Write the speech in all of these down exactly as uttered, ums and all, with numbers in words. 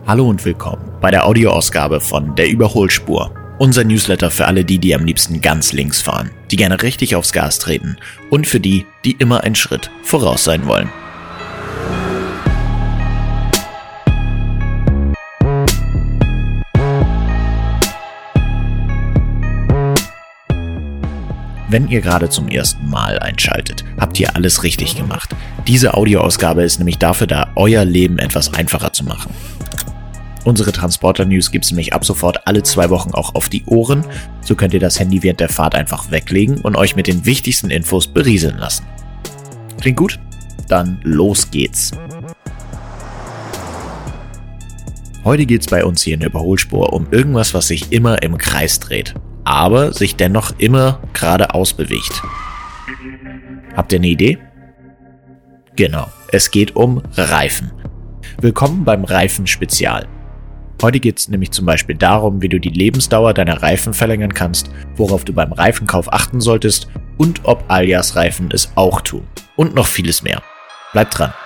Hallo und willkommen bei der Audioausgabe von Der Überholspur. Unser Newsletter für alle die, die am liebsten ganz links fahren, die gerne richtig aufs Gas treten und für die, die immer einen Schritt voraus sein wollen. Wenn ihr gerade zum ersten Mal einschaltet, habt ihr alles richtig gemacht. Diese Audioausgabe ist nämlich dafür da, euer Leben etwas einfacher zu machen. Unsere Transporter-News gibt es nämlich ab sofort alle zwei Wochen auch auf die Ohren. So könnt ihr das Handy während der Fahrt einfach weglegen und euch mit den wichtigsten Infos berieseln lassen. Klingt gut? Dann los geht's. Heute geht's bei uns hier in der Überholspur um irgendwas, was sich immer im Kreis dreht, aber sich dennoch immer geradeaus bewegt. Habt ihr eine Idee? Genau, es geht um Reifen. Willkommen beim Reifen-Spezial. Heute geht es nämlich zum Beispiel darum, wie du die Lebensdauer deiner Reifen verlängern kannst, worauf du beim Reifenkauf achten solltest und ob Alias-Reifen es auch tun. Und noch vieles mehr. Bleibt dran.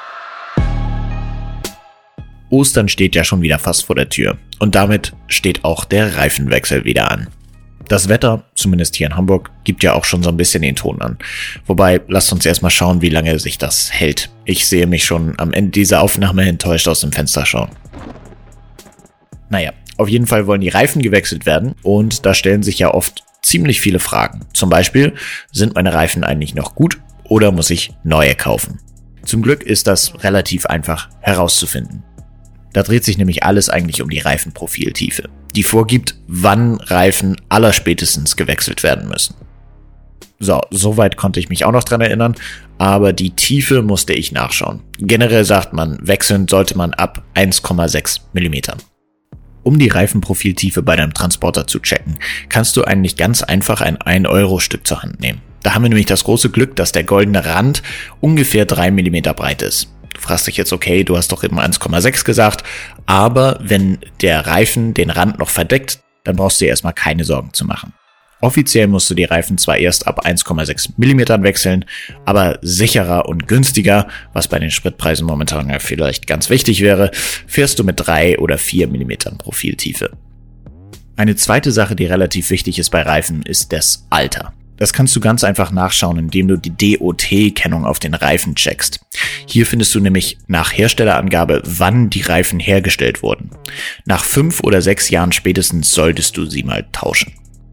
Ostern steht ja schon wieder fast vor der Tür und damit steht auch der Reifenwechsel wieder an. Das Wetter, zumindest hier in Hamburg, gibt ja auch schon so ein bisschen den Ton an. Wobei, lasst uns erstmal schauen, wie lange sich das hält. Ich sehe mich schon am Ende dieser Aufnahme enttäuscht aus dem Fenster schauen. Naja, auf jeden Fall wollen die Reifen gewechselt werden und da stellen sich ja oft ziemlich viele Fragen. Zum Beispiel, sind meine Reifen eigentlich noch gut oder muss ich neue kaufen? Zum Glück ist das relativ einfach herauszufinden. Da dreht sich nämlich alles eigentlich um die Reifenprofiltiefe, die vorgibt, wann Reifen allerspätestens gewechselt werden müssen. So, soweit konnte ich mich auch noch dran erinnern, aber die Tiefe musste ich nachschauen. Generell sagt man, wechseln sollte man ab eins Komma sechs Millimeter. Um die Reifenprofiltiefe bei deinem Transporter zu checken, kannst du eigentlich ganz einfach ein ein Euro Stück zur Hand nehmen. Da haben wir nämlich das große Glück, dass der goldene Rand ungefähr drei Millimeter breit ist. Du fragst dich jetzt, okay, du hast doch eben eins Komma sechs gesagt, aber wenn der Reifen den Rand noch verdeckt, dann brauchst du dir erstmal keine Sorgen zu machen. Offiziell musst du die Reifen zwar erst ab eins Komma sechs Millimeter wechseln, aber sicherer und günstiger, was bei den Spritpreisen momentan ja vielleicht ganz wichtig wäre, fährst du mit drei oder vier Millimeter Profiltiefe. Eine zweite Sache, die relativ wichtig ist bei Reifen, ist das Alter. Das kannst du ganz einfach nachschauen, indem du die D O T-Kennung auf den Reifen checkst. Hier findest du nämlich nach Herstellerangabe, wann die Reifen hergestellt wurden. Nach fünf oder sechs Jahren spätestens solltest du sie mal tauschen.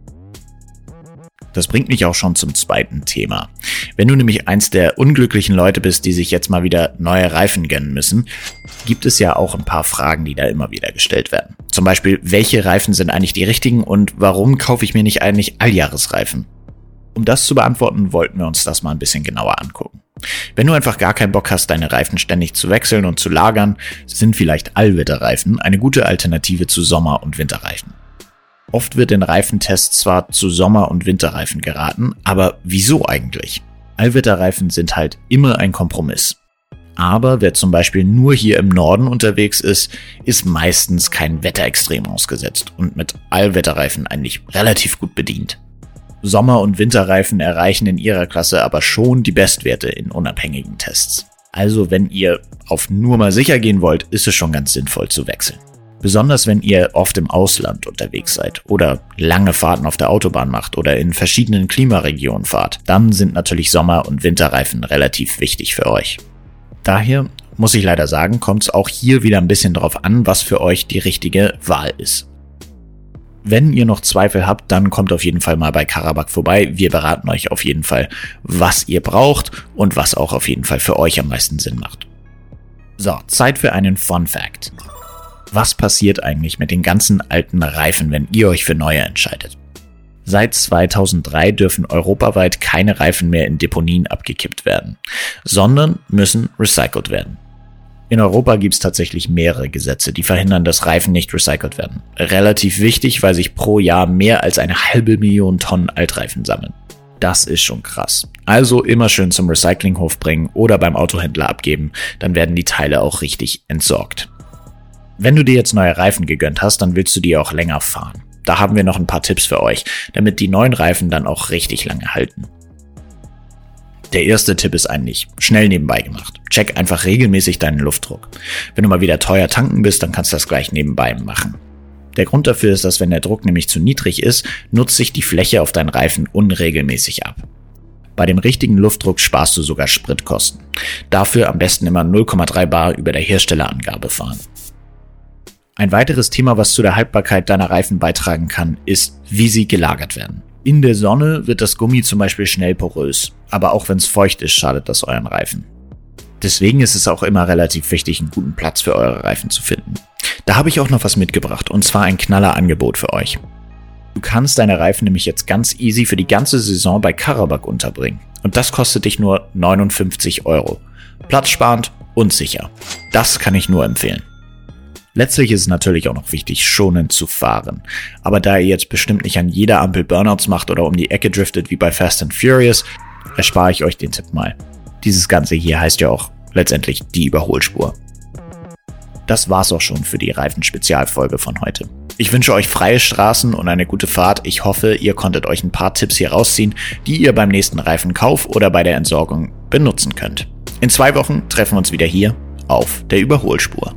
Das bringt mich auch schon zum zweiten Thema. Wenn du nämlich eins der unglücklichen Leute bist, die sich jetzt mal wieder neue Reifen gönnen müssen, gibt es ja auch ein paar Fragen, die da immer wieder gestellt werden. Zum Beispiel, welche Reifen sind eigentlich die richtigen und warum kaufe ich mir nicht eigentlich Alljahresreifen? Um das zu beantworten, wollten wir uns das mal ein bisschen genauer angucken. Wenn du einfach gar keinen Bock hast, deine Reifen ständig zu wechseln und zu lagern, sind vielleicht Allwetterreifen eine gute Alternative zu Sommer- und Winterreifen. Oft wird in Reifentests zwar zu Sommer- und Winterreifen geraten, aber wieso eigentlich? Allwetterreifen sind halt immer ein Kompromiss. Aber wer zum Beispiel nur hier im Norden unterwegs ist, ist meistens kein Wetterextrem ausgesetzt und mit Allwetterreifen eigentlich relativ gut bedient. Sommer- und Winterreifen erreichen in ihrer Klasse aber schon die Bestwerte in unabhängigen Tests. Also wenn ihr auf nur mal sicher gehen wollt, ist es schon ganz sinnvoll zu wechseln. Besonders wenn ihr oft im Ausland unterwegs seid oder lange Fahrten auf der Autobahn macht oder in verschiedenen Klimaregionen fahrt, dann sind natürlich Sommer- und Winterreifen relativ wichtig für euch. Daher muss ich leider sagen, kommt es auch hier wieder ein bisschen drauf an, was für euch die richtige Wahl ist. Wenn ihr noch Zweifel habt, dann kommt auf jeden Fall mal bei Karabakh vorbei. Wir beraten euch auf jeden Fall, was ihr braucht und was auch auf jeden Fall für euch am meisten Sinn macht. So, Zeit für einen Fun Fact. Was passiert eigentlich mit den ganzen alten Reifen, wenn ihr euch für neue entscheidet? Seit zweitausenddrei dürfen europaweit keine Reifen mehr in Deponien abgekippt werden, sondern müssen recycelt werden. In Europa gibt es tatsächlich mehrere Gesetze, die verhindern, dass Reifen nicht recycelt werden. Relativ wichtig, weil sich pro Jahr mehr als eine halbe Million Tonnen Altreifen sammeln. Das ist schon krass. Also immer schön zum Recyclinghof bringen oder beim Autohändler abgeben, dann werden die Teile auch richtig entsorgt. Wenn du dir jetzt neue Reifen gegönnt hast, dann willst du die auch länger fahren. Da haben wir noch ein paar Tipps für euch, damit die neuen Reifen dann auch richtig lange halten. Der erste Tipp ist eigentlich schnell nebenbei gemacht. Check einfach regelmäßig deinen Luftdruck. Wenn du mal wieder teuer tanken bist, dann kannst du das gleich nebenbei machen. Der Grund dafür ist, dass wenn der Druck nämlich zu niedrig ist, nutzt sich die Fläche auf deinen Reifen unregelmäßig ab. Bei dem richtigen Luftdruck sparst du sogar Spritkosten. Dafür am besten immer null Komma drei Bar über der Herstellerangabe fahren. Ein weiteres Thema, was zu der Haltbarkeit deiner Reifen beitragen kann, ist, wie sie gelagert werden. In der Sonne wird das Gummi zum Beispiel schnell porös, aber auch wenn es feucht ist, schadet das euren Reifen. Deswegen ist es auch immer relativ wichtig, einen guten Platz für eure Reifen zu finden. Da habe ich auch noch was mitgebracht, und zwar ein Knallerangebot für euch. Du kannst deine Reifen nämlich jetzt ganz easy für die ganze Saison bei Karabakh unterbringen. Und das kostet dich nur neunundfünfzig Euro. Platzsparend und sicher. Das kann ich nur empfehlen. Letztlich ist es natürlich auch noch wichtig, schonend zu fahren. Aber da ihr jetzt bestimmt nicht an jeder Ampel Burnouts macht oder um die Ecke driftet wie bei Fast and Furious, erspare ich euch den Tipp mal. Dieses Ganze hier heißt ja auch letztendlich die Überholspur. Das war's auch schon für die Reifen-Spezialfolge von heute. Ich wünsche euch freie Straßen und eine gute Fahrt. Ich hoffe, ihr konntet euch ein paar Tipps hier rausziehen, die ihr beim nächsten Reifenkauf oder bei der Entsorgung benutzen könnt. In zwei Wochen treffen wir uns wieder hier auf der Überholspur.